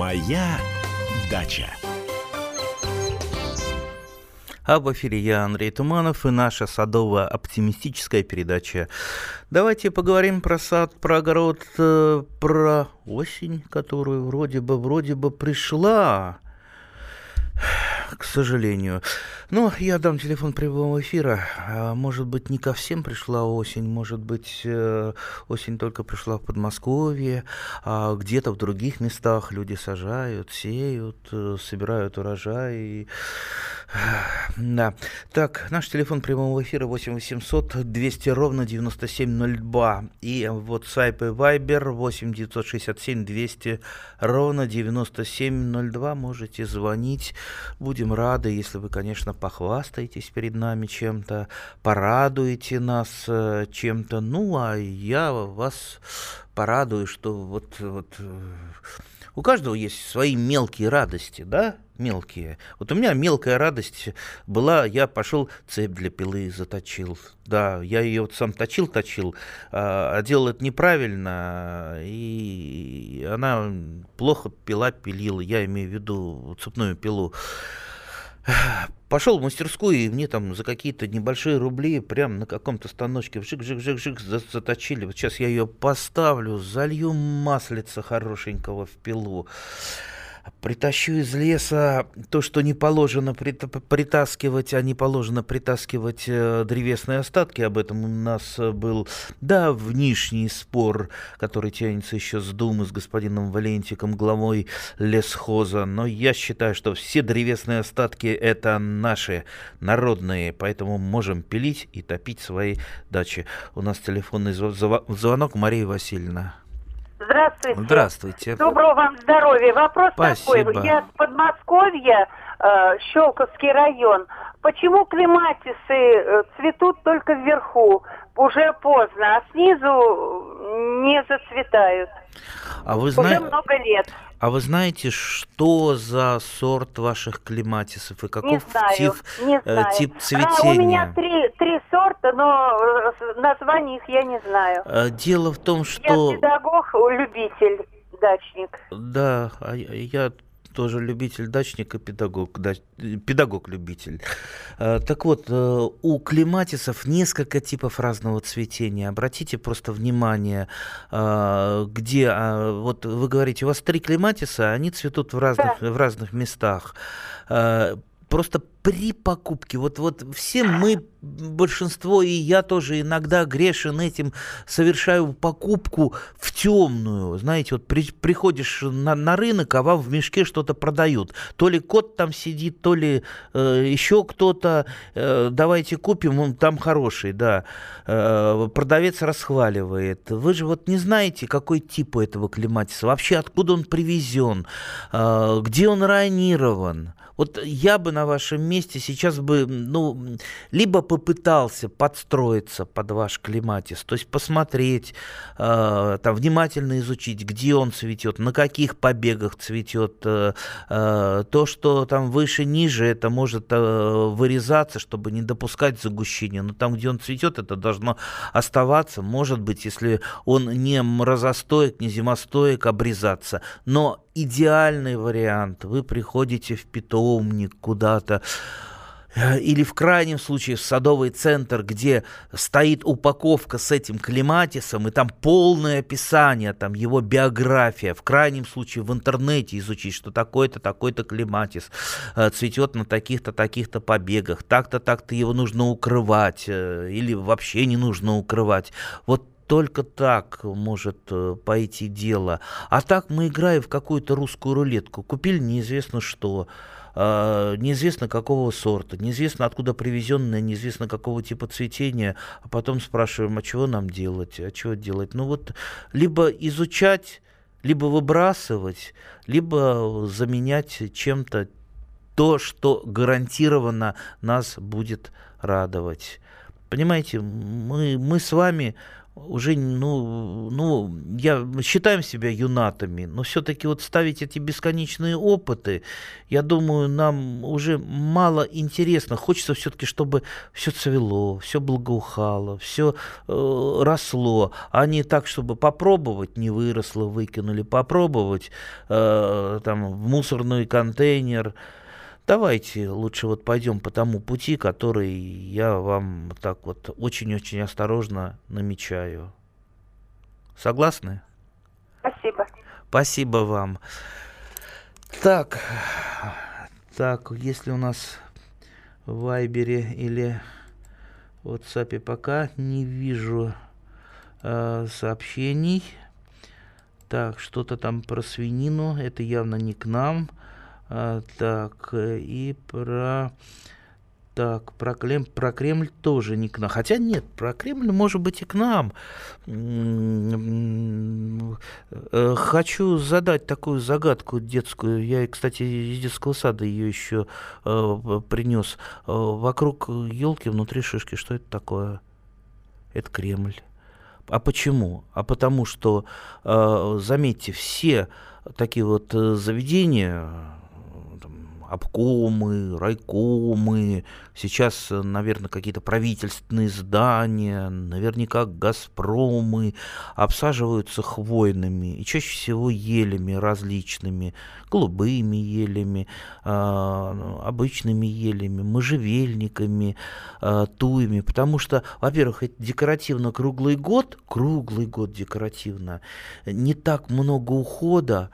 Моя дача. А в эфире я, Андрей Туманов, и наша садово-оптимистическая передача. Давайте поговорим про сад, про огород, про осень, которую вроде бы пришла, к сожалению. Но я дам телефон прямого эфира. Может быть, не ко всем пришла осень, может быть, осень только пришла в Подмосковье, а где-то в других местах люди сажают, сеют, собирают урожай. Да. Так, наш телефон прямого эфира 8 800 200 ровно 9702. И вот WhatsApp и Viber 8 967 200 ровно 9702. Можете звонить. Будем рады, если вы, конечно, похвастаетесь перед нами чем-то, порадуете нас чем-то. Ну, а я вас порадую, что вот у каждого есть свои мелкие радости, да? Мелкие. Вот у меня мелкая радость была, я пошел цепь для пилы заточил. Да, я ее вот сам точил, а делал это неправильно, и она плохо пилила, я имею в виду цепную пилу. Пошел в мастерскую, и мне там за какие-то небольшие рубли прям на каком-то станочке вжик-вжик-вжик заточили. Вот сейчас я ее поставлю, залью маслица хорошенького в пилу, притащу из леса то, что не положено притаскивать, а не положено притаскивать древесные остатки. Об этом у нас был, да, внешний спор, который тянется еще с Думы, с господином Валентиком, главой лесхоза. Но я считаю, что все древесные остатки — это наши, народные, поэтому можем пилить и топить свои дачи. У нас телефонный звонок. Мария Васильевна. Здравствуйте. Здравствуйте. Доброго вам здоровья. Вопрос Спасибо. такой. Я с Подмосковья, Щелковский район. Почему клематисы цветут только вверху? Уже поздно, а снизу не зацветают. Уже много лет. А вы знаете, что за сорт ваших клематисов и каков тип цветения? У меня три сорта, но названий их я не знаю. Дело в том, что... Я педагог, любитель, дачник. Да, я тоже любитель дачник и педагог-любитель. Так вот, у клематисов несколько типов разного цветения. Обратите просто внимание, где... Вот вы говорите, у вас 3 клематиса, они цветут в разных местах. Просто при покупке, вот все мы, большинство, и я тоже иногда грешен этим, совершаю покупку в темную. Знаете, вот приходишь на рынок, а вам в мешке что-то продают. То ли кот там сидит, то ли еще кто-то. Давайте купим, он там хороший, да. Продавец расхваливает. Вы же вот не знаете, какой тип у этого клематиса, вообще откуда он привезен, где он ранирован. Вот я бы на вашем месте сейчас бы, либо попытался подстроиться под ваш клематис, то есть посмотреть, там, внимательно изучить, где он цветет, на каких побегах цветет, то, что там выше-ниже, это может вырезаться, чтобы не допускать загущения, но там, где он цветет, это должно оставаться, может быть, если он не морозостоек, не зимостоек, обрезаться, но идеальный вариант. Вы приходите в питомник куда-то или в крайнем случае в садовый центр, где стоит упаковка с этим клематисом, и там полное описание, там его биография. В крайнем случае в интернете изучить, что такой-то, такой-то клематис цветет на таких-то, таких-то побегах. Так-то, так-то его нужно укрывать или вообще не нужно укрывать. Вот только так может пойти дело. А так мы играем в какую-то русскую рулетку. Купили неизвестно что, неизвестно какого сорта, неизвестно откуда привезенное, неизвестно какого типа цветения, а потом спрашиваем, а чего нам делать, а чего делать? Либо изучать, либо выбрасывать, либо заменять чем-то то, что гарантированно нас будет радовать. Понимаете, мы с вами уже, считаем себя юнатами, но все-таки вот ставить эти бесконечные опыты, я думаю, нам уже мало интересно. Хочется все-таки, чтобы все цвело, все благоухало, все росло, а не так, чтобы попробовать, не выросло, выкинули, попробовать там в мусорный контейнер. Давайте лучше вот пойдем по тому пути, который я вам так вот очень-очень осторожно намечаю. Согласны? Спасибо. Спасибо вам. Так, если у нас в Вайбере или в WhatsApp пока не вижу сообщений. Так, что-то там про свинину, это явно не к нам. Так, и про Кремль тоже не к нам. Хотя нет, про Кремль может быть и к нам. Хочу задать такую загадку детскую. Я, кстати, из детского сада ее еще принес. Вокруг елки внутри шишки. Что это такое? Это Кремль. А почему? А потому что, заметьте, все такие вот заведения, обкомы, райкомы, сейчас, наверное, какие-то правительственные здания, наверняка газпромы обсаживаются хвойными, и чаще всего елями различными, голубыми елями, обычными елями, можжевельниками, туями, потому что, во-первых, это декоративно круглый год декоративно, не так много ухода,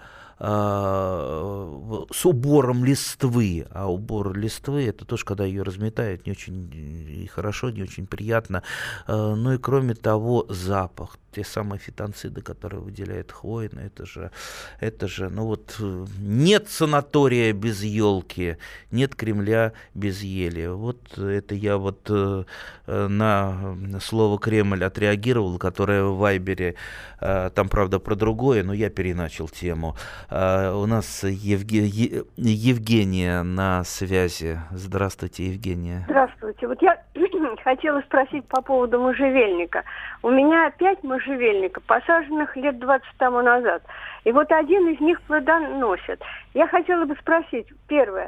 с убором листвы, а убор листвы это тоже, когда ее разметают, не очень и хорошо, не очень приятно, ну и кроме того запах, те самые фитонциды, которые выделяет хвойный, это же, ну вот нет санатория без елки, нет Кремля без ели, вот это я вот на слово Кремль отреагировал, которое в Вайбере, там правда про другое, но я переначал тему. У нас Евгения на связи. Здравствуйте, Евгения. Здравствуйте. Вот я хотела спросить по поводу можжевельника. У меня 5 можжевельников, посаженных лет 20 тому назад. И вот один из них плодоносит. Я хотела бы спросить, первое,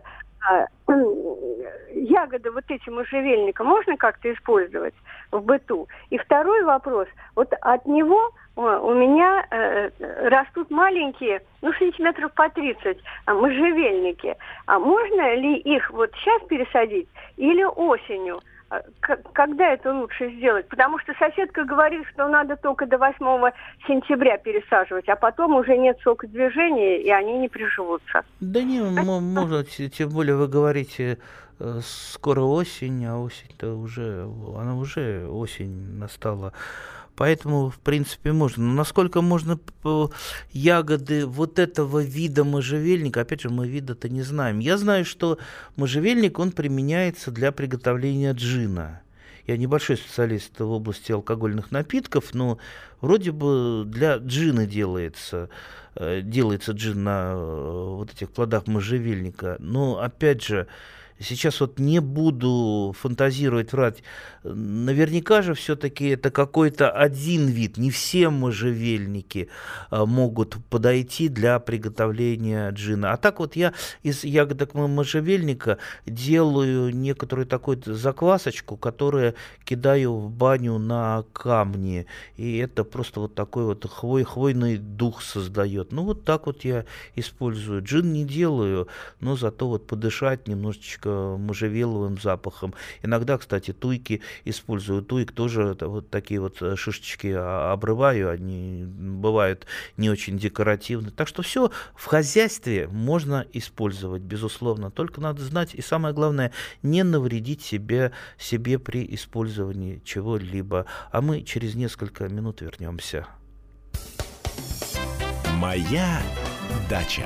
ягоды вот эти можжевельника можно как-то использовать в быту? И второй вопрос, вот от него у меня растут маленькие, сантиметров по 30 можжевельники. А можно ли их вот сейчас пересадить или осенью? Когда это лучше сделать? Потому что соседка говорит, что надо только до 8 сентября пересаживать, а потом уже нет срока движения, и они не приживутся. Да не, можно, тем более вы говорите, скоро осень, а осень-то уже осень настала. Поэтому, в принципе, можно. Но насколько можно ягоды вот этого вида можжевельника, опять же, мы вида-то не знаем. Я знаю, что можжевельник, он применяется для приготовления джина. Я небольшой специалист в области алкогольных напитков, но вроде бы для джина делается джин на вот этих плодах можжевельника. Но, опять же, сейчас вот не буду фантазировать, врать. Наверняка же все-таки это какой-то один вид. Не все можжевельники могут подойти для приготовления джина. А так вот я из ягодок можжевельника делаю некоторую такую заквасочку, которую кидаю в баню на камни. И это просто вот такой вот хвойный дух создает. Ну вот так вот я использую. Джин не делаю, но зато вот подышать немножечко можжевеловым запахом. Иногда, кстати, туйки использую. Туйк тоже вот такие вот шишечки обрываю, они бывают не очень декоративны. Так что все в хозяйстве можно использовать, безусловно. Только надо знать, и самое главное, не навредить себе при использовании чего-либо. А мы через несколько минут вернемся. Моя дача.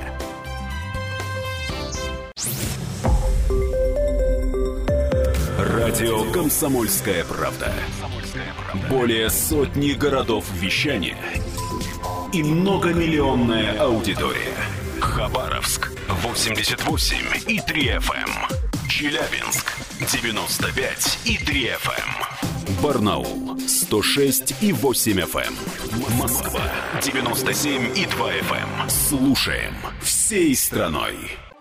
Радио «Комсомольская правда». Более сотни городов вещания и многомиллионная аудитория. Хабаровск 88,3 FM. Челябинск 95,3 FM. Барнаул 106,8 FM. Москва 97,2 FM. Слушаем всей страной.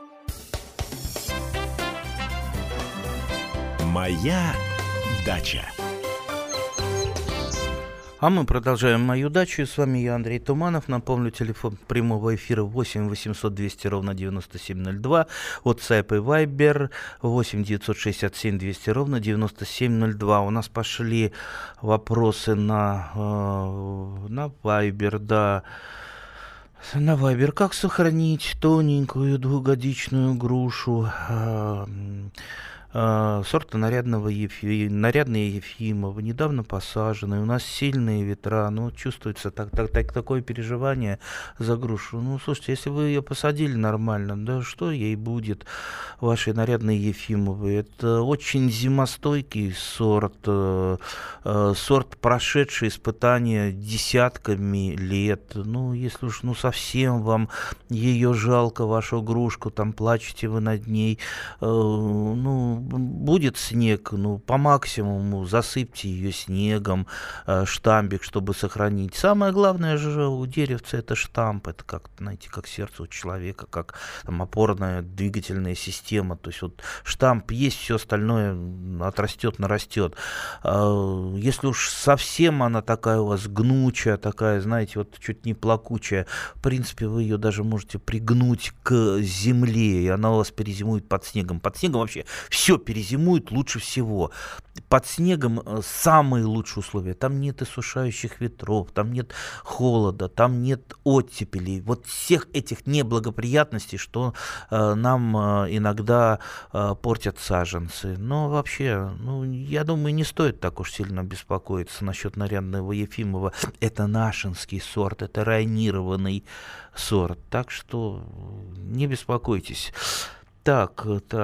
Моя дача. А мы продолжаем «Мою дачу». И с вами я, Андрей Туманов. Напомню, телефон прямого эфира 8 800 200 ровно 9702. WhatsApp и Viber 8 967 200 ровно 9702. У нас пошли вопросы на Viber, да. На Viber. Как сохранить тоненькую двухгодичную грушу сорта нарядная Ефимова, недавно посаженная, у нас сильные ветра, чувствуется такое переживание за грушу. Слушайте, если вы ее посадили нормально, да что ей будет, вашей нарядной Ефимовой? Это очень зимостойкий сорт, сорт, прошедший испытания десятками лет. Если уж совсем вам ее жалко, вашу грушку, там плачете вы над ней, будет снег, по максимуму засыпьте ее снегом, штамбик, чтобы сохранить. Самое главное же у деревца это штамп, это как, знаете, как сердце у человека, как там опорная двигательная система. То есть вот штамп есть, все остальное отрастет, нарастет. Если уж совсем она такая у вас гнучая, такая, знаете, вот чуть не плакучая, в принципе, вы ее даже можете пригнуть к земле, и она у вас перезимует под снегом. Под снегом вообще все перезимует лучше всего. Под снегом самые лучшие условия. Там нет иссушающих ветров, там нет холода, там нет оттепелей. Вот всех этих неблагоприятностей, что нам иногда портят саженцы. Но вообще, я думаю, не стоит так уж сильно беспокоиться насчет нарядного Ефимова. Это нашинский сорт, это районированный сорт. Так что не беспокойтесь. Так,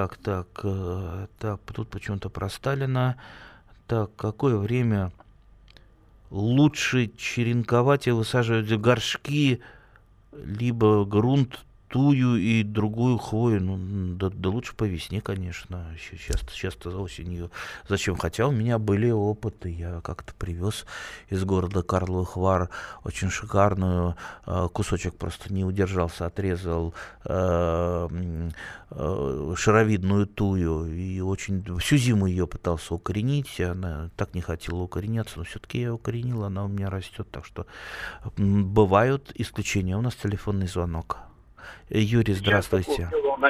тут почему-то про Сталина. Так, какое время лучше черенковать и высаживать в горшки, либо грунт, тую и другую хвою? Да лучше по весне, конечно. Сейчас-то осенью. Зачем? Хотя у меня были опыты. Я как-то привез из города Карловых Вар очень шикарную, кусочек просто не удержался, отрезал шаровидную тую. И всю зиму ее пытался укоренить. Она так не хотела укореняться, но все-таки я ее укоренил, она у меня растет. Так что бывают исключения. У нас телефонный звонок. Юрий, здравствуйте.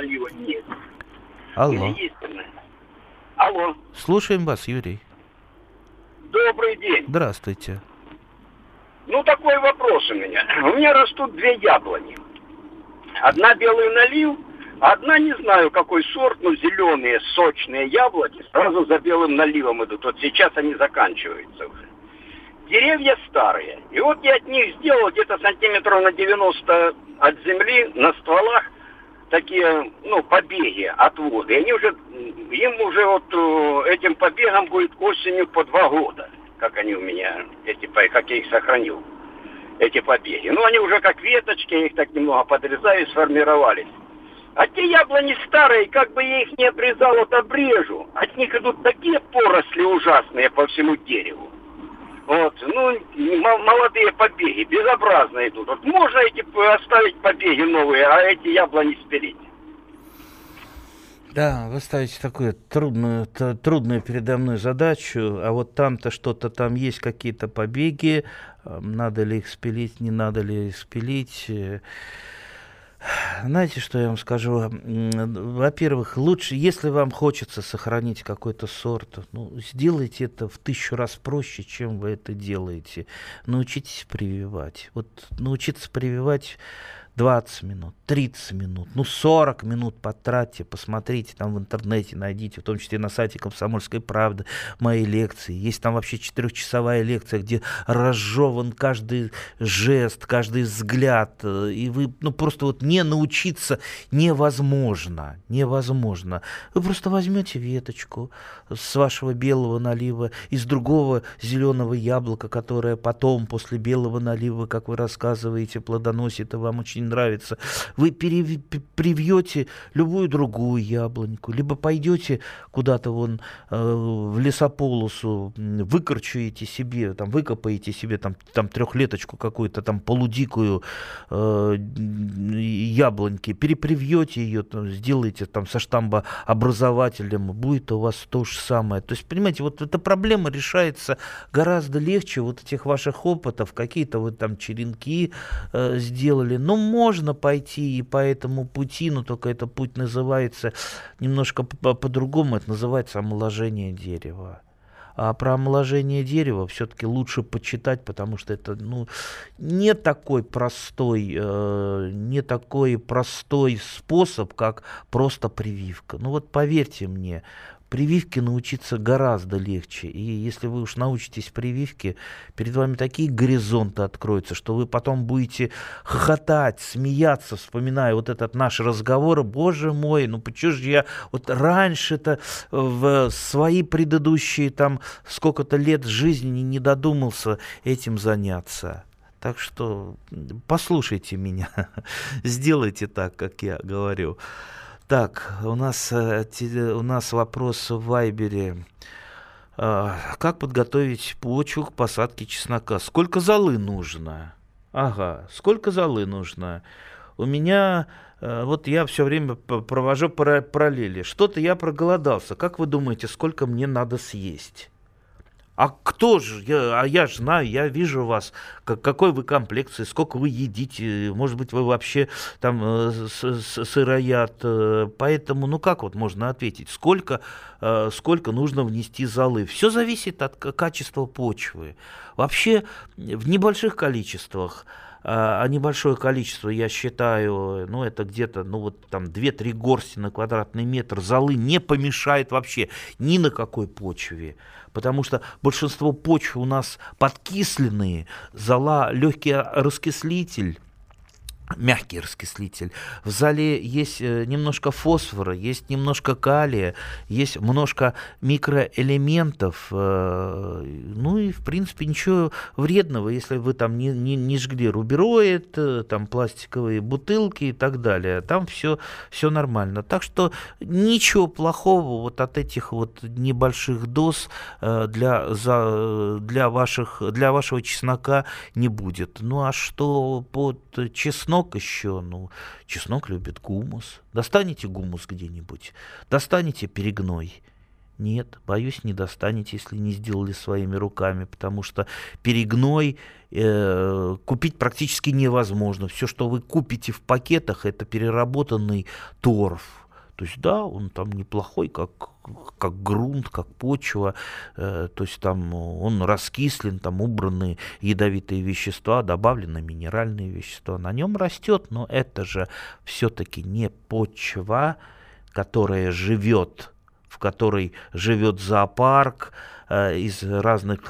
Алло. Алло. Слушаем вас, Юрий. Добрый день. Здравствуйте. Такой вопрос у меня. У меня растут две яблони. Одна белый налив, а одна не знаю какой сорт, зеленые, сочные яблоки сразу за белым наливом идут. Вот сейчас они заканчиваются уже. Деревья старые. И вот я от них сделал где-то сантиметров на 90 от земли на стволах такие, побеги, отводы. И им уже этим побегам будет осенью по 2 года, как они у меня, как я их сохранил, эти побеги. Они уже как веточки, я их так немного подрезаю и сформировались. А те яблони старые, как бы я их не обрезал, обрежу. От них идут такие поросли ужасные по всему дереву. Молодые побеги, безобразно идут. Можно оставить побеги новые, а эти яблони спилить. Да, вы ставите такую трудную передо мной задачу, а вот там-то что-то там есть, какие-то побеги, надо ли их спилить, не надо ли их спилить. Знаете, что я вам скажу? Во-первых, лучше, если вам хочется сохранить какой-то сорт, сделайте это в 1000 раз проще, чем вы это делаете. Научитесь прививать. Научиться прививать 20 минут, 30 минут, 40 минут потратьте, посмотрите там в интернете, найдите, в том числе на сайте «Комсомольской правды» мои лекции. Есть там вообще 4-часовая лекция, где разжеван каждый жест, каждый взгляд. И вы, просто не научиться невозможно. Вы просто возьмете веточку с вашего белого налива, из другого зеленого яблока, которое потом, после белого налива, как вы рассказываете, плодоносит и вам очень очень нравится, вы привьете любую другую яблоньку, либо пойдете куда-то вон в лесополосу, выкорчуете себе, там, выкопаете себе там трехлеточку какую-то, там полудикую яблоньки, перепривьете ее, там, сделаете там со штамбообразователем, будет у вас то же самое. То есть, понимаете, вот эта проблема решается гораздо легче вот этих ваших опытов, какие-то вы там черенки сделали. Ну, можно пойти и по этому пути, но только этот путь называется немножко по-другому, это называется омоложение дерева. А про омоложение дерева все-таки лучше почитать, потому что это не такой простой способ, как просто прививка. Ну вот поверьте мне, прививке научиться гораздо легче. И если вы уж научитесь прививке, перед вами такие горизонты откроются, что вы потом будете хохотать, смеяться, вспоминая вот этот наш разговор. Боже мой, почему же я вот раньше-то в свои предыдущие там сколько-то лет жизни не додумался этим заняться. Так что послушайте меня, сделайте так, как я говорю. Так, у нас вопрос в Вайбере. Как подготовить почву к посадке чеснока? Сколько золы нужно? Ага, сколько золы нужно? У меня, вот я все время провожу параллели. Что-то я проголодался. Как вы думаете, сколько мне надо съесть? А кто же? Я же знаю, я вижу вас, какой вы комплекции, сколько вы едите, может быть, вы вообще там сыроед. Поэтому, как вот можно ответить, сколько нужно внести золы? Все зависит от качества почвы. Вообще, в небольших количествах, а небольшое количество, я считаю, это где-то, 2-3 горсти на квадратный метр золы не помешает вообще ни на какой почве. Потому что большинство почв у нас подкисленные, зола легкий раскислитель, мягкий раскислитель. В зале есть немножко фосфора, есть немножко калия, есть немножко микроэлементов. И, в принципе, ничего вредного, если вы там не жгли рубероид, там пластиковые бутылки и так далее. Там все нормально. Так что ничего плохого вот от этих вот небольших доз для вашего чеснока не будет. А что под чеснок еще, чеснок любит гумус. Достанете гумус где-нибудь, достанете перегной. Нет, боюсь, не достанете, если не сделали своими руками, потому что перегной купить практически невозможно. Все, что вы купите в пакетах, это переработанный торф. То есть, да, он там неплохой, как грунт, как почва, то есть там он раскислен, там убраны ядовитые вещества, добавлены минеральные вещества, на нем растет, но это же все-таки не почва, которая живет, в которой живет зоопарк, из разных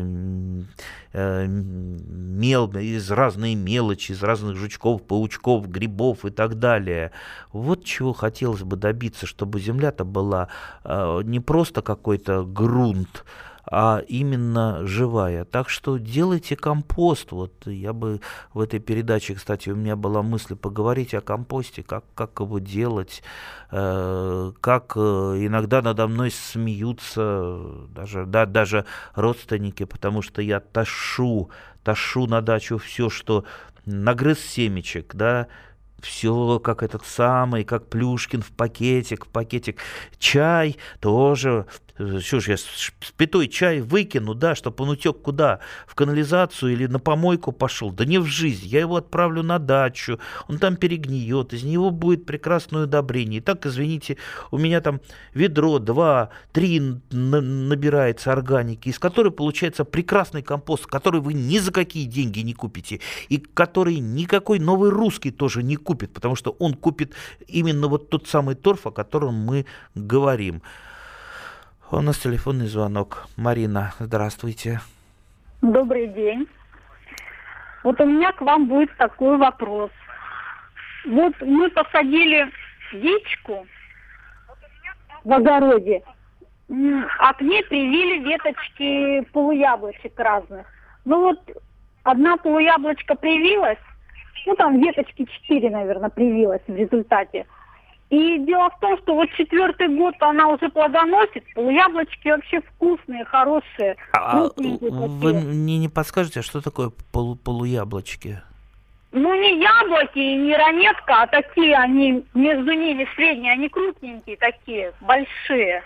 из разной мелочи, из разных жучков, паучков, грибов и так далее. Вот чего хотелось бы добиться, чтобы земля-то была не просто какой-то грунт, а именно живая. Так что делайте компост. Вот я бы в этой передаче, кстати, у меня была мысль поговорить о компосте, как его делать, как иногда надо мной смеются даже родственники, потому что я тащу на дачу все, что нагрыз семечек, да, все как как Плюшкин в пакетик. Чай тоже. Что ж, я спитой чай выкину, да, чтобы он утек куда? В канализацию или на помойку пошел? Да не в жизнь. Я его отправлю на дачу, он там перегниет, из него будет прекрасное удобрение. И так, извините, у меня там ведро, 2-3 набирается органики, из которой получается прекрасный компост, который вы ни за какие деньги не купите, и который никакой новый русский тоже не купит, потому что он купит именно вот тот самый торф, о котором мы говорим. У нас телефонный звонок. Марина, здравствуйте. Добрый день. Вот у меня к вам будет такой вопрос. Вот мы посадили дичку в огороде, а к ней привили веточки полуяблочек разных. Одна полуяблочка привилась, Ну, там веточки 4, наверное, привилось в результате. И дело в том, что вот 4-й год она уже плодоносит, полуяблочки вообще вкусные, хорошие, крупненькие такие. Вы мне не подскажете, что такое полуяблочки? Ну, не яблоки и не ранетка, а такие они, между ними средние, они крупненькие такие, большие.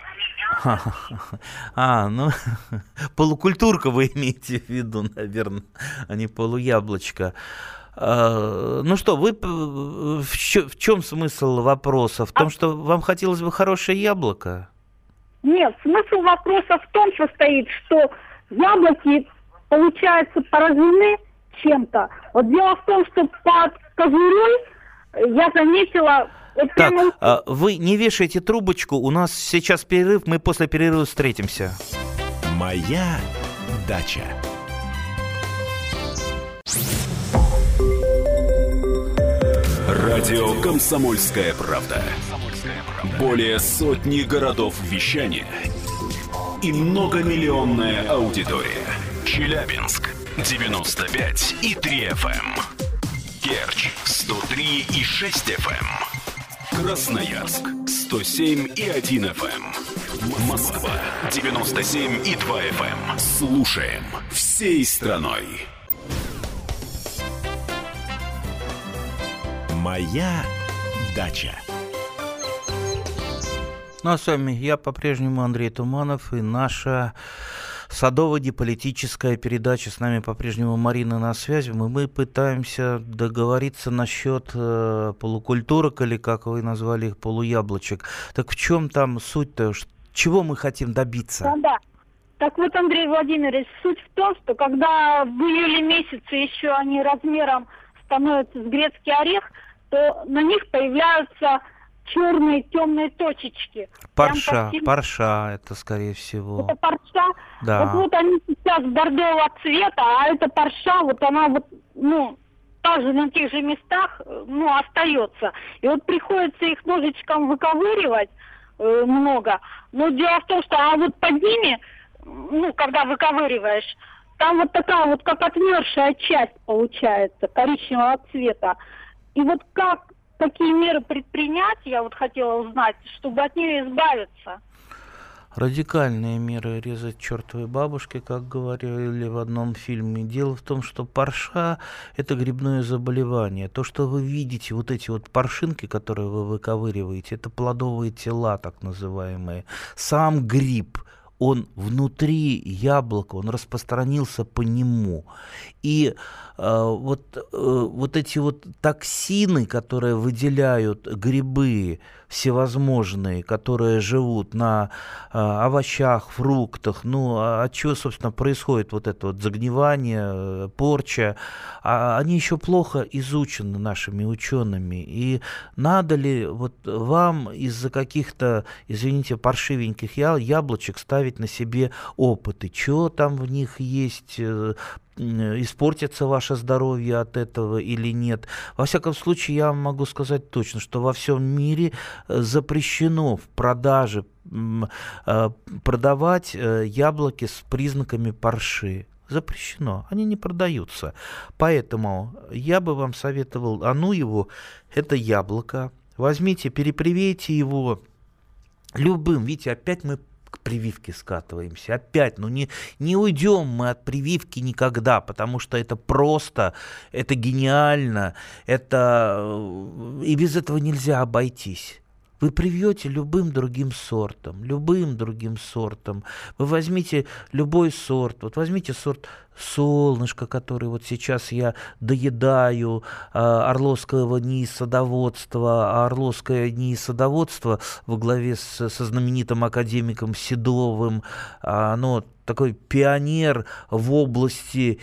Ну, полукультурка вы имеете в виду, наверное, а не полуяблочко. Ну что, вы в чем смысл вопроса? В том, что вам хотелось бы хорошее яблоко? Нет, смысл вопроса в том состоит, что яблоки, получается, поражены чем-то. Вот дело в том, что под кожурой я заметила... Вот так, прямо... вы не вешайте трубочку, у нас сейчас перерыв, мы после перерыва встретимся. Моя дача. Радио «Комсомольская правда». Более сотни городов вещания и многомиллионная аудитория. Челябинск 95,3 FM. Керчь 103,6 FM. Красноярск 107,1 FM. Москва 97,2 FM. Слушаем всей страной. Моя дача. Ну а с вами я по-прежнему Андрей Туманов и наша садово-деполитическая передача. С нами по-прежнему Марина на связи. Мы пытаемся договориться насчет полукультурок, или как вы назвали их, полуяблочек. Так в чем там суть-то? Чего мы хотим добиться? Да. Так вот, Андрей Владимирович, суть в том, что когда в июле месяце еще они размером становятся с грецкий орех, то на них появляются черные темные точечки. Парша, это скорее всего. Это парша. Да. Вот они сейчас бордового цвета, а эта парша, вот она вот, также на тех же местах, остается. И вот приходится их ножичком выковыривать много. Но дело в том, что вот под ними, когда выковыриваешь, там вот такая вот как отмершая часть получается, коричневого цвета. И вот какие меры предпринять, я вот хотела узнать, чтобы от нее избавиться. Радикальные меры резать чертовой бабушке, как говорили в одном фильме. Дело в том, что парша – это грибное заболевание. То, что вы видите, вот эти вот паршинки, которые вы выковыриваете, это плодовые тела, так называемые. Сам гриб, он внутри яблока, он распространился по нему. И вот эти вот токсины, которые выделяют грибы всевозможные, которые живут на овощах, фруктах, от чего, собственно, происходит вот это вот загнивание, порча, они еще плохо изучены нашими учеными. И надо ли вот вам из-за каких-то, извините, паршивеньких яблочек ставить на себе опыты? Что там в них есть? Испортится ваше здоровье от этого или нет. Во всяком случае, я могу сказать точно, что во всем мире запрещено в продаже продавать яблоки с признаками парши. Запрещено, они не продаются. Поэтому я бы вам советовал, это яблоко, возьмите, перепривейте его любым, видите, опять мы к прививке скатываемся. Опять, не уйдем мы от прививки никогда, потому что это просто, это гениально, и без этого нельзя обойтись. Вы привьете любым другим сортом. Вы возьмите любой сорт. Вот возьмите сорт «Солнышко», который вот сейчас я доедаю, Орловского НИИ садоводства. А Орловское НИИ садоводства во главе со знаменитым академиком Седовым, оно такой пионер в области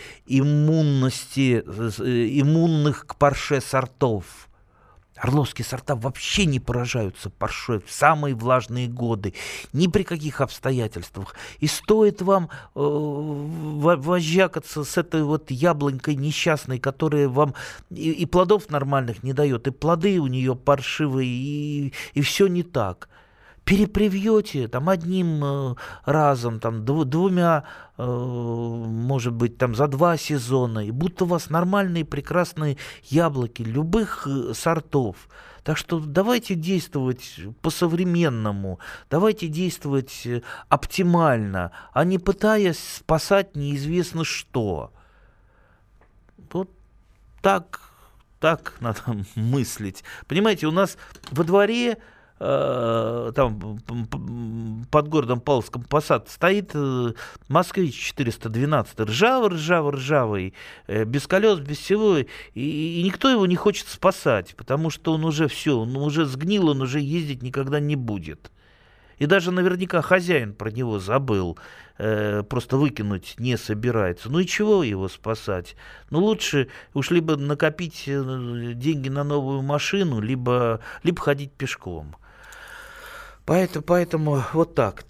иммунных к парше сортов. Орловские сорта вообще не поражаются паршой в самые влажные годы, ни при каких обстоятельствах. И стоит вам возжакаться с этой вот яблонькой несчастной, которая вам и плодов нормальных не дает, и плоды у нее паршивые, и все не так. перепривьете там одним разом, там двумя, может быть, там за 2 сезона, и будут у вас нормальные, прекрасные яблоки любых сортов. Так что давайте действовать по-современному, давайте действовать оптимально, а не пытаясь спасать неизвестно что. Вот так надо мыслить. Понимаете, у нас во дворе, там под городом Павловском Посад стоит Москвич 412, ржавый, без колес, без всего, и никто его не хочет спасать, потому что он уже все, он уже сгнил, он уже ездить никогда не будет. И даже наверняка хозяин про него забыл, просто выкинуть не собирается. Ну и чего его спасать? Ну лучше уж либо накопить деньги на новую машину, либо ходить пешком. Поэтому вот так,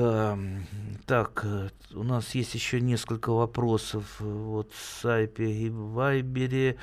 у нас есть еще несколько вопросов вот в Сайпе и в Вайбере.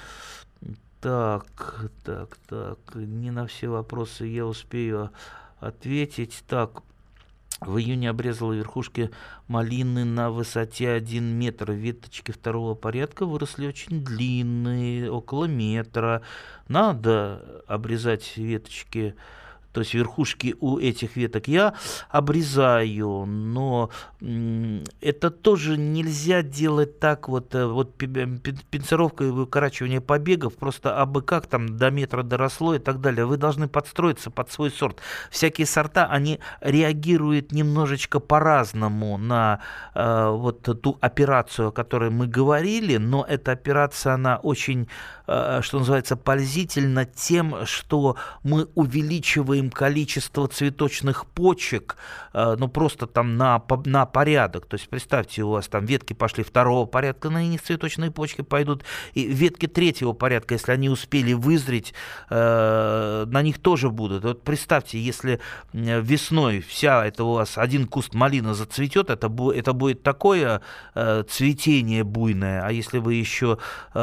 Так, не на все вопросы я успею ответить. Так, в июне обрезала верхушки малины на высоте 1 метр. Веточки 2-го порядка выросли очень длинные, около метра. Надо обрезать веточки, то есть верхушки у этих веток я обрезаю, но это тоже нельзя делать так вот пинцировка и выкорачивание побегов, просто абы как там до метра доросло и так далее. Вы должны подстроиться под свой сорт. Всякие сорта, они реагируют немножечко по-разному на вот ту операцию, о которой мы говорили, но эта операция, она очень, что называется, пользительна тем, что мы увеличиваем количество цветочных почек, ну просто там на порядок. То есть представьте, у вас там ветки пошли 2-го порядка, на них цветочные почки пойдут, и ветки 3-го порядка, если они успели вызреть, на них тоже будут. Вот представьте, если весной вся это у вас один куст малины зацветет, это будет такое цветение буйное, а если вы еще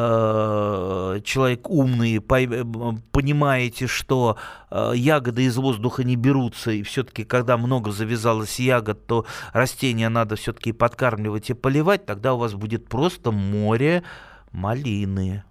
человек умный, понимаете, что ягоды из воздуха не берутся, и все-таки, когда много завязалось ягод, то растения надо все-таки подкармливать и поливать, тогда у вас будет просто море малины.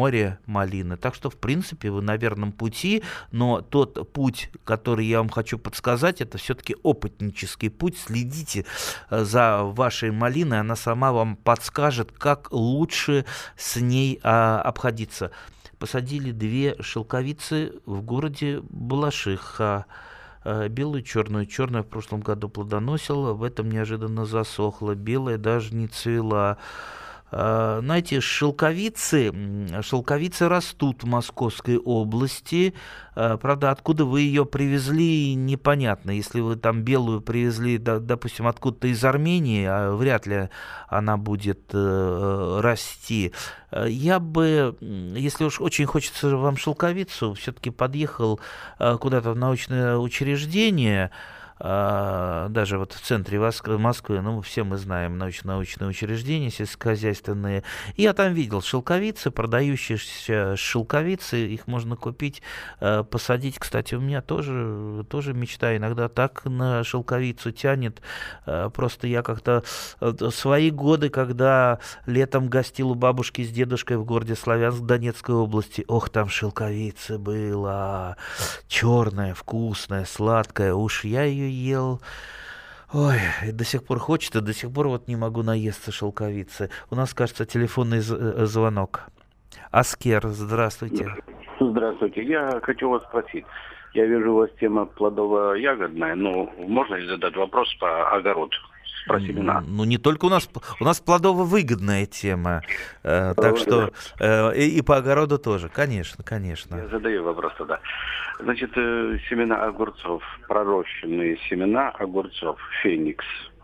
Так что, в принципе, вы на верном пути, но тот путь, который я вам хочу подсказать, это все-таки опытнический путь. Следите за вашей малиной, она сама вам подскажет, как лучше с ней обходиться. Посадили 2 шелковицы в городе Балашиха. Белую и черную. Черная в прошлом году плодоносила, в этом неожиданно засохла. Белая даже не цвела. Знаете, шелковицы растут в Московской области. Правда, откуда вы ее привезли, непонятно. Если вы там белую привезли, допустим, откуда-то из Армении, вряд ли она будет расти. Я бы, если уж очень хочется вам шелковицу, все-таки подъехал куда-то в научное учреждение, даже вот в центре Москвы, ну, все мы знаем научные учреждения сельскохозяйственные. Я там видел шелковицы, продающиеся шелковицы, их можно купить, посадить. Кстати, у меня тоже мечта, иногда так на шелковицу тянет. Просто я как-то свои годы, когда летом гостил у бабушки с дедушкой в городе Славянск Донецкой области, там шелковица была, черная, вкусная, сладкая, уж я ее ел. Ой, до сих пор хочет, и до сих пор вот не могу наесться шелковицы. У нас, кажется, телефонный звонок. Аскер, здравствуйте. Здравствуйте. Я хочу вас спросить. Я вижу, у вас тема плодово-ягодная, но можно ли задать вопрос по огороду? Про семена. Ну, не только у нас плодово-выгодная тема, так что и по огороду тоже, конечно. Я задаю вопрос тогда. Значит, семена огурцов, пророщенные семена огурцов, феникс,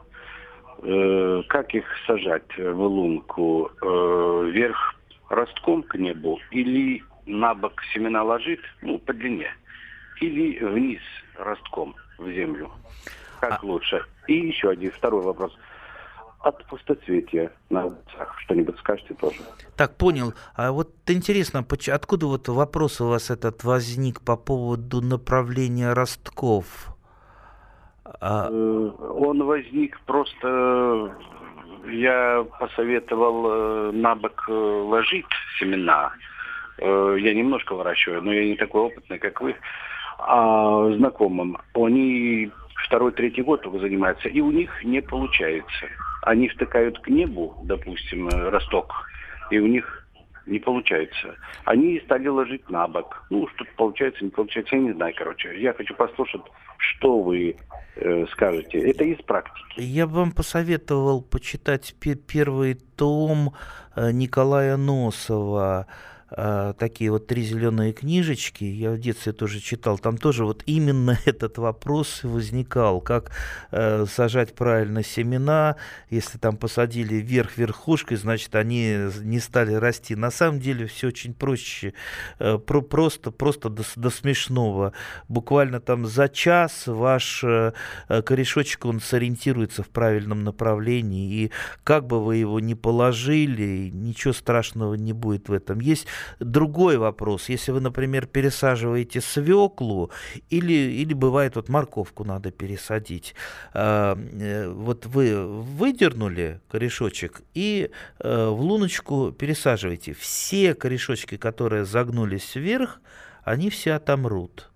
как их сажать в лунку? Вверх ростком к небу или на бок семена ложить, по длине, или вниз ростком в землю? Как лучше? И еще второй вопрос. От пустоцветия на огурцах что-нибудь скажете тоже? Так, понял. А вот интересно, откуда вот вопрос у вас этот возник по поводу направления ростков? Он возник просто... Я посоветовал на бок ложить семена. Я немножко выращиваю, но я не такой опытный, как вы. А знакомым, они 2-3 год только занимаются, и у них не получается. Они втыкают к небу, допустим, росток, и у них не получается. Они стали ложить на бок. Ну, что-то получается, не получается, я не знаю, короче. Я хочу послушать, что вы скажете. Это из практики. Я бы вам посоветовал почитать первый том Николая Носова. Такие вот 3 зеленые книжечки, я в детстве тоже читал, там тоже вот именно этот вопрос возникал, как сажать правильно семена, если там посадили вверх верхушкой, значит они не стали расти. На самом деле все очень проще, просто до смешного. Буквально там за час ваш корешочек, он сориентируется в правильном направлении, и как бы вы его ни положили, ничего страшного не будет в этом. Есть другой вопрос. Если вы, например, пересаживаете свеклу или бывает, вот морковку надо пересадить. Вот вы выдернули корешочек и в луночку пересаживаете. Все корешочки, которые загнулись вверх, они все отомрут.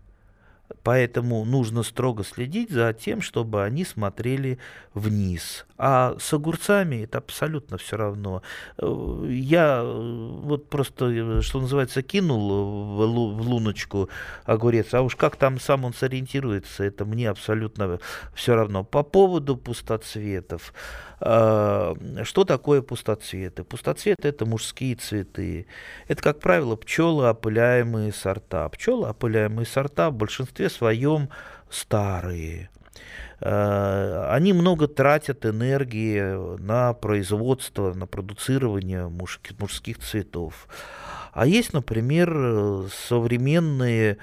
Поэтому нужно строго следить за тем, чтобы они смотрели вниз. А с огурцами это абсолютно все равно. Я вот просто, что называется, кинул в луночку огурец, а уж как там сам он сориентируется, это мне абсолютно все равно. По поводу пустоцветов. Что такое пустоцветы? Пустоцветы — это мужские цветы. Это, как правило, пчелоопыляемые сорта. Пчелоопыляемые сорта в большинстве своем старые. Они много тратят энергии на производство, на продуцирование мужских цветов. А есть, например, современные,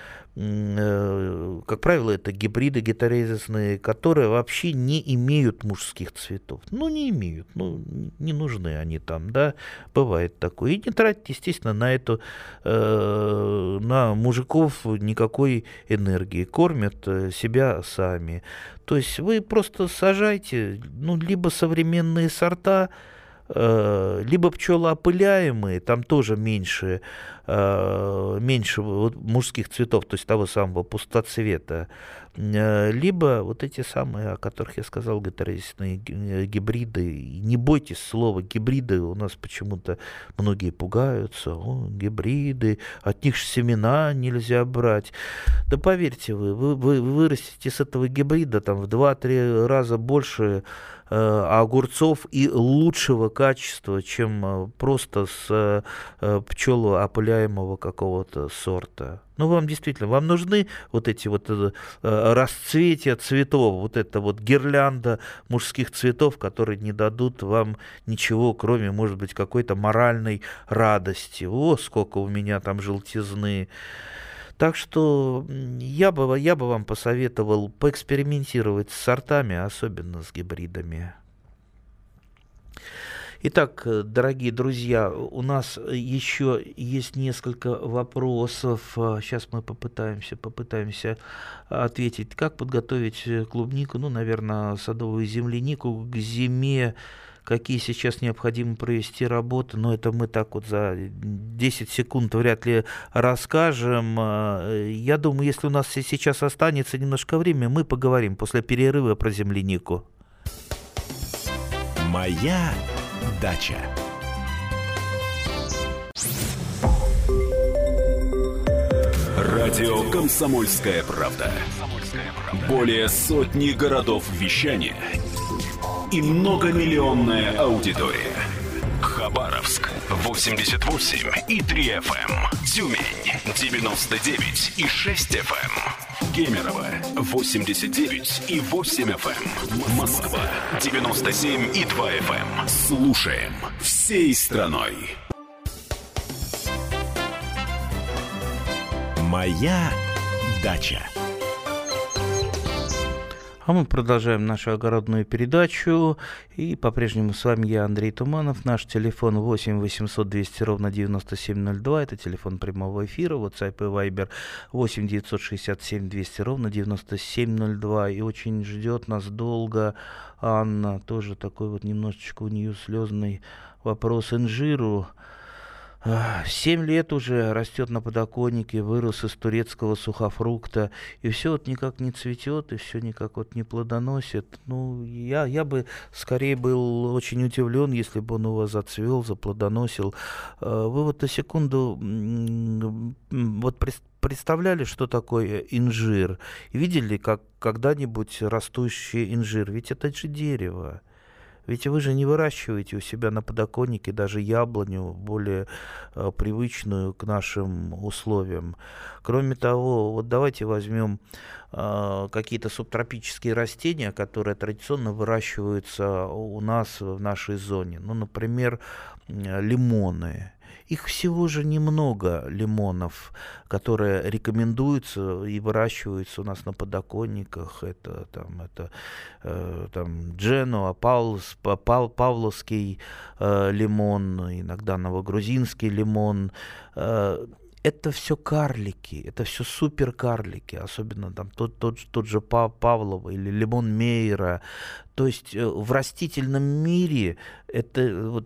как правило, это гибриды гетерезисные, которые вообще не имеют мужских цветов. Ну, не имеют, ну, не нужны они там, да, бывает такое. И не тратить, естественно, на мужиков никакой энергии, кормят себя сами. То есть вы просто сажайте, ну, либо современные сорта, либо пчелоопыляемые, там тоже меньше вот мужских цветов, то есть того самого пустоцвета, либо вот эти самые, о которых я сказал, гетерезисные гибриды. Не бойтесь слова гибриды, у нас почему-то многие пугаются, гибриды, от них же семена нельзя брать. Да поверьте вы вырастите с этого гибрида там в 2-3 раза больше огурцов и лучшего качества, чем просто с пчелоопыляемого какого-то сорта. Ну, вам действительно, вам нужны вот эти вот расцветия цветов, вот эта вот гирлянда мужских цветов, которые не дадут вам ничего, кроме, может быть, какой-то моральной радости. О, сколько у меня там желтизны. Так что я бы вам посоветовал поэкспериментировать с сортами, особенно с гибридами. Итак, дорогие друзья, у нас еще есть несколько вопросов. Сейчас мы попытаемся ответить. Как подготовить клубнику, ну, наверное, садовую землянику к зиме? Какие сейчас необходимо провести работы, но это мы так вот за 10 секунд вряд ли расскажем. Я думаю, если у нас сейчас останется немножко времени, мы поговорим после перерыва про землянику. Моя дача. Радио «Комсомольская правда». Более сотни городов вещания и многомиллионная аудитория. Хабаровск 88,3 FM, Тюмень 99,6 FM, Кемерово 89,8 FM, Москва 97,2 FM. Слушаем всей страной. Моя дача. А мы продолжаем нашу огородную передачу. И по-прежнему с вами я, Андрей Туманов. Наш телефон 8 800 200 ровно 9702. Это телефон прямого эфира. WhatsApp и Viber 8 967 200 ровно 9702. И очень ждет нас долго Анна. Тоже такой вот немножечко у нее слезный вопрос. Инжиру 7 лет уже растет на подоконнике, вырос из турецкого сухофрукта, и все вот никак не цветет, и все никак вот не плодоносит. Ну, я бы скорее был очень удивлен, если бы он у вас зацвел, заплодоносил. Вы вот на секунду вот представляли, что такое инжир? Видели как когда-нибудь растущий инжир? Ведь это же дерево. Ведь вы же не выращиваете у себя на подоконнике даже яблоню, более привычную к нашим условиям. Кроме того, вот давайте возьмем какие-то субтропические растения, которые традиционно выращиваются у нас в нашей зоне. Ну, например, лимоны. Их всего же немного, лимонов, которые рекомендуются и выращиваются у нас на подоконниках. Это Дженуа, Павловский лимон, иногда новогрузинский лимон. Это все карлики, это все суперкарлики, особенно там тот же Павлова или лимон Мейера. То есть в растительном мире это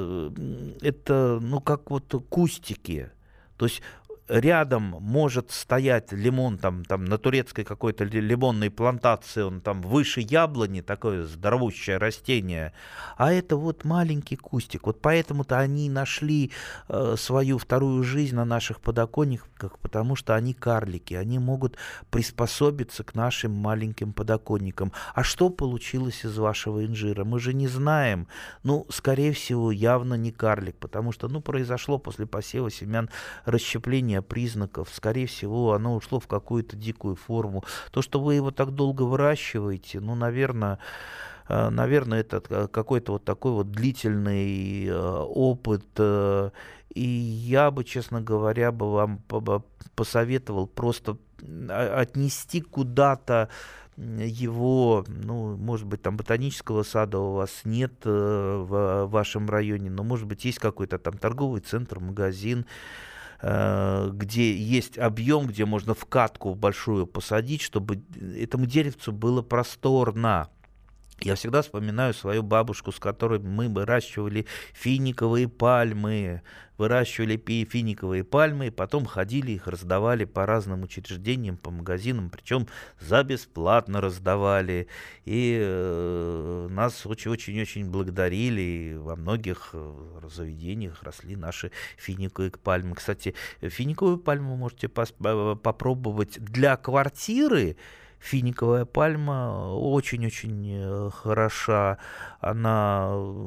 как вот кустики. То есть рядом может стоять лимон там на турецкой какой-то лимонной плантации, он там выше яблони, такое здоровущее растение, а это вот маленький кустик. Вот поэтому-то они нашли свою вторую жизнь на наших подоконниках, потому что они карлики, они могут приспособиться к нашим маленьким подоконникам. А что получилось из вашего инжира? Мы же не знаем. Ну, скорее всего, явно не карлик, потому что, произошло после посева семян расщепление признаков, скорее всего, оно ушло в какую-то дикую форму. То, что вы его так долго выращиваете, наверное, это какой-то вот такой вот длительный опыт. И я бы, честно говоря, вам посоветовал просто отнести куда-то его, может быть, там ботанического сада у вас нет в вашем районе, но, может быть, есть какой-то там торговый центр, магазин, где есть объем, где можно в катку большую посадить, чтобы этому деревцу было просторно. Я всегда вспоминаю свою бабушку, с которой мы выращивали финиковые пальмы, и потом ходили, их раздавали по разным учреждениям, по магазинам, причем за бесплатно раздавали. И нас очень-очень благодарили, и во многих заведениях росли наши финиковые пальмы. Кстати, финиковую пальму можете попробовать для квартиры. Финиковая пальма очень-очень хороша, она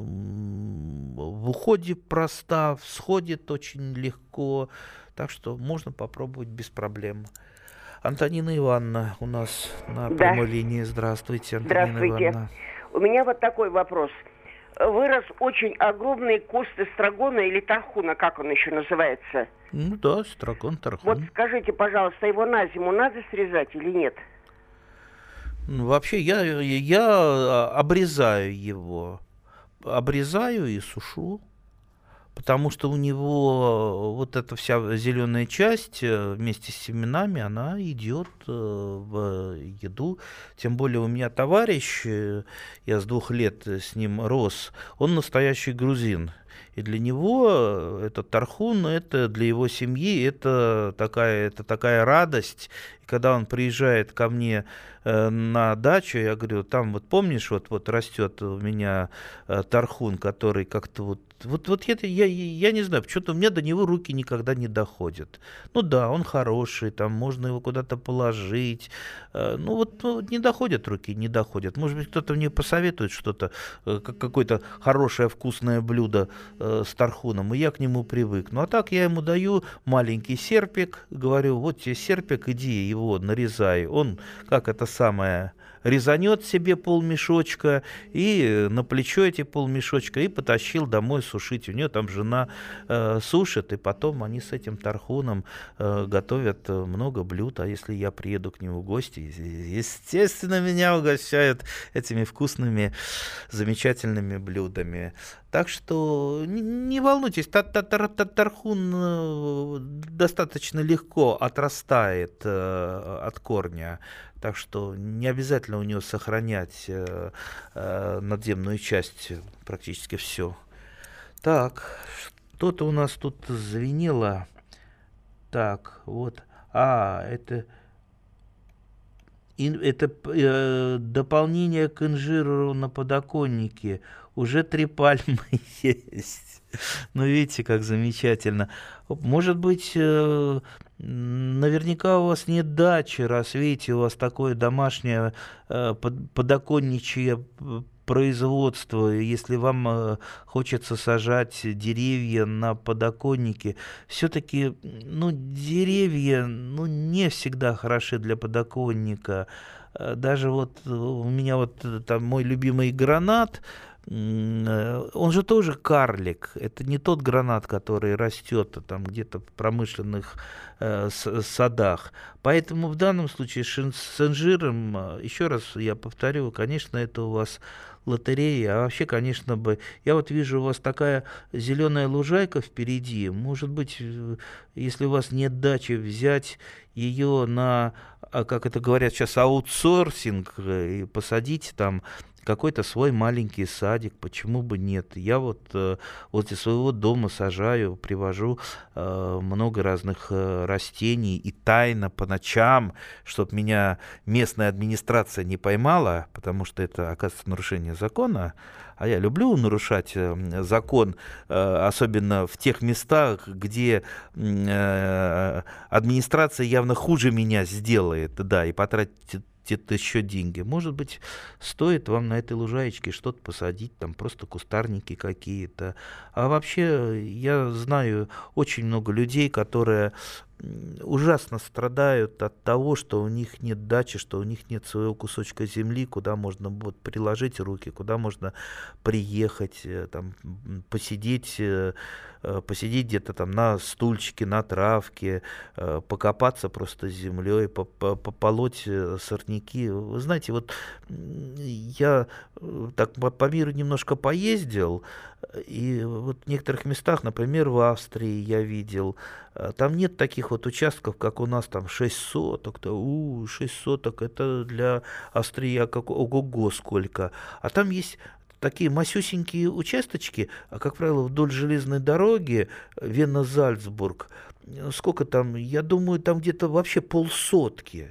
в уходе проста, всходит очень легко, так что можно попробовать без проблем. Антонина Ивановна у нас на прямой линии. Здравствуйте, Антонина Ивановна. У меня вот такой вопрос. Вырос очень огромный куст эстрагона или тархуна, как он еще называется? Да, эстрагон, тархун. Вот скажите, пожалуйста, его на зиму надо срезать или нет? Вообще я обрезаю его, и сушу, потому что у него вот эта вся зеленая часть вместе с семенами, она идет в еду. Тем более у меня товарищ, я с 2 лет с ним рос, он настоящий грузин. И для него этот тархун, это для его семьи, это такая радость. И когда он приезжает ко мне на дачу, я говорю, там вот помнишь, вот растет у меня тархун, который как-то я не знаю, почему-то у меня до него руки никогда не доходят. Да, он хороший, там можно его куда-то положить. Не доходят руки, не доходят. Может быть, кто-то мне посоветует что-то, какое-то хорошее вкусное блюдо с тархуном, и я к нему привыкну. А так я ему даю маленький серпик, говорю, вот тебе серпик, иди его нарезай. Он, резанет себе полмешочка и на плечо эти полмешочка и потащил домой с сушить. У нее там жена сушит, и потом они с этим тархуном готовят много блюд. А если я приеду к нему в гости, естественно, меня угощают этими вкусными, замечательными блюдами. Так что не волнуйтесь, тархун достаточно легко отрастает от корня. Так что не обязательно у него сохранять надземную часть, практически все. Так, что-то у нас тут звенело. Так, вот. Это дополнение к инжиру на подоконнике. Уже 3 пальмы есть. Ну, видите, как замечательно. Может быть, наверняка у вас нет дачи, раз, видите, у вас такое домашнее подоконничье производство. Если вам хочется сажать деревья на подоконнике, все-таки, деревья, не всегда хороши для подоконника. Даже вот у меня вот там мой любимый гранат, он же тоже карлик. Это не тот гранат, который растет там где-то в промышленных садах. Поэтому в данном случае с инжиром, еще раз я повторю, конечно, это у вас лотерея. А вообще, конечно, я вот вижу, у вас такая зеленая лужайка впереди. Может быть, если у вас нет дачи, взять ее на, как это говорят сейчас, аутсорсинг и посадить там какой-то свой маленький садик, почему бы нет? Я вот возле своего дома сажаю, привожу много разных растений и тайно по ночам, чтобы меня местная администрация не поймала, потому что это, оказывается, нарушение закона. А я люблю нарушать закон, особенно в тех местах, где администрация явно хуже меня сделает, да, и потратит еще деньги. Может быть, стоит вам на этой лужаечке что-то посадить, там просто кустарники какие-то. А вообще, я знаю очень много людей, которые ужасно страдают от того, что у них нет дачи, что у них нет своего кусочка земли, куда можно вот приложить руки, куда можно приехать, там, посидеть где-то там на стульчике, на травке, покопаться просто с землей, пополоть сорняки. Вы знаете, вот я так по миру немножко поездил, и вот в некоторых местах, например, в Австрии я видел, там нет таких вот участков, как у нас там 6 соток. 6 соток, это для австрияков ого-го сколько. А там есть такие масюсенькие участочки, как правило, вдоль железной дороги Вена-Зальцбург. Сколько там? Я думаю, там где-то вообще полсотки.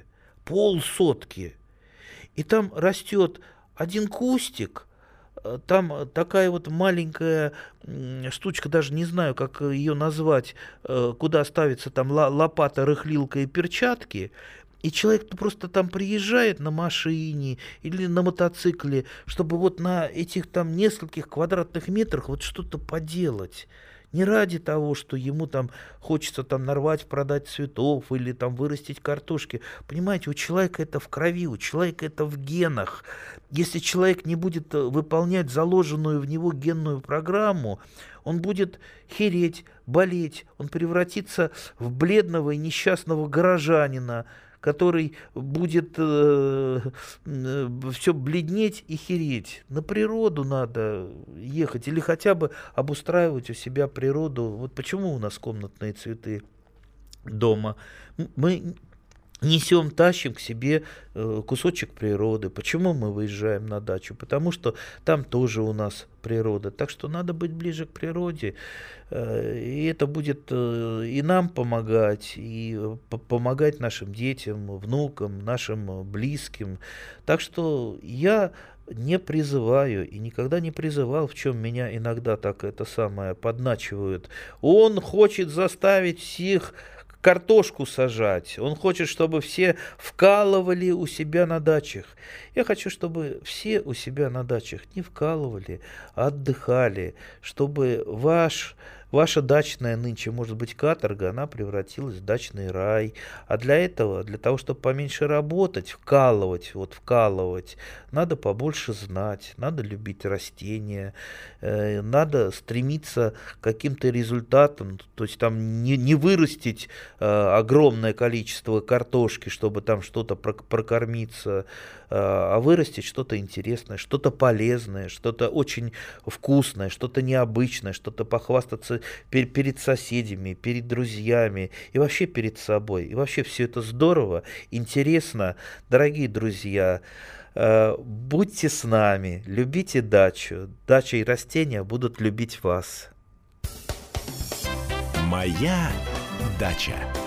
И там растет один кустик, там такая вот маленькая штучка, даже не знаю, как ее назвать, куда ставится там лопата, рыхлилка и перчатки. И человек просто там приезжает на машине или на мотоцикле, чтобы вот на этих там нескольких квадратных метрах вот что-то поделать. Не ради того, что ему там хочется там нарвать, продать цветов или там вырастить картошки. Понимаете, у человека это в крови, у человека это в генах. Если человек не будет выполнять заложенную в него генную программу, он будет хереть, болеть, он превратится в бледного и несчастного горожанина, который будет все бледнеть и хереть. На природу надо ехать или хотя бы обустраивать у себя природу. Вот почему у нас комнатные цветы дома? Мы тащим к себе кусочек природы. Почему мы выезжаем на дачу? Потому что там тоже у нас природа. Так что надо быть ближе к природе. И это будет и нам помогать, и помогать нашим детям, внукам, нашим близким. Так что я не призываю и никогда не призывал, в чем меня иногда так это самое подначивают. Он хочет заставить всех картошку сажать. Он хочет, чтобы все вкалывали у себя на дачах. Я хочу, чтобы все у себя на дачах не вкалывали, а отдыхали, чтобы ваш Ваша дачная нынче может быть каторга, она превратилась в дачный рай. А для этого, для того, чтобы поменьше работать, вкалывать, надо побольше знать, надо любить растения, надо стремиться к каким-то результатам, то есть там не вырастить огромное количество картошки, чтобы там что-то прокормиться, а вырастить что-то интересное, что-то полезное, что-то очень вкусное, что-то необычное, что-то похвастаться перед соседями, перед друзьями и вообще перед собой. И вообще все это здорово, интересно. Дорогие друзья, будьте с нами, любите дачу. Дача и растения будут любить вас. Моя дача.